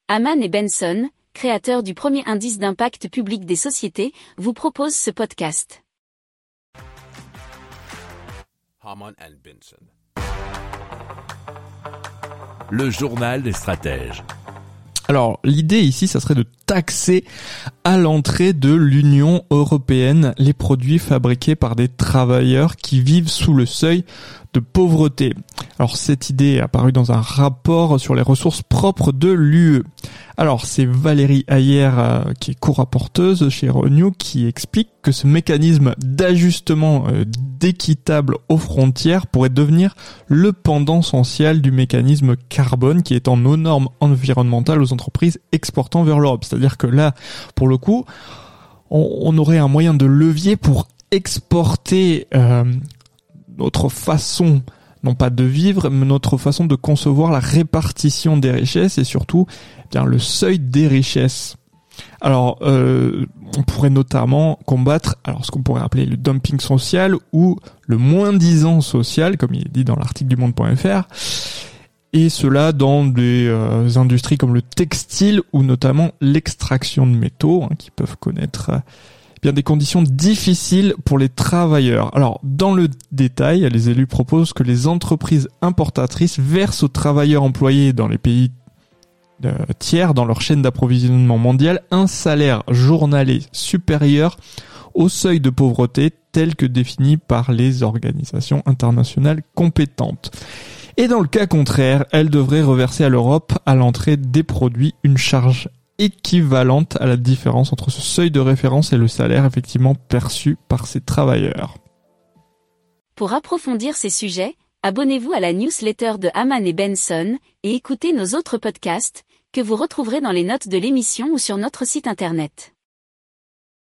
Haman et Benson, créateurs du premier indice d'impact public des sociétés, vous proposent ce podcast. Haman and Benson. Le journal des stratèges. Alors, l'idée ici, ça serait de taxer à l'entrée de l'Union européenne les produits fabriqués par des travailleurs qui vivent sous le seuil de pauvreté. Alors, cette idée est apparue dans un rapport sur les ressources propres de l'UE. Alors, c'est Valérie Ayer, qui est co-rapporteuse chez Renew, qui explique que ce mécanisme d'ajustement d'équitable aux frontières pourrait devenir le pendant social du mécanisme carbone qui est en nos normes environnementales aux entreprises exportant vers l'Europe. C'est-à-dire que là, pour le coup, on aurait un moyen de levier pour exporter notre façon, non pas de vivre, mais notre façon de concevoir la répartition des richesses et surtout bien le seuil des richesses. Alors, on pourrait notamment combattre ce qu'on pourrait appeler le dumping social ou le moins-disant social, comme il est dit dans l'article du Monde.fr, et cela dans des industries comme le textile ou notamment l'extraction de métaux, qui peuvent connaître bien des conditions difficiles pour les travailleurs. Alors, dans le détail, les élus proposent que les entreprises importatrices versent aux travailleurs employés dans les pays tiers dans leur chaîne d'approvisionnement mondiale un salaire journalier supérieur au seuil de pauvreté tel que défini par les organisations internationales compétentes. Et dans le cas contraire, elles devraient reverser à l'Europe à l'entrée des produits une charge équivalente à la différence entre ce seuil de référence et le salaire effectivement perçu par ces travailleurs. Pour approfondir ces sujets, abonnez-vous à la newsletter de Haman et Benson et écoutez nos autres podcasts que vous retrouverez dans les notes de l'émission ou sur notre site internet.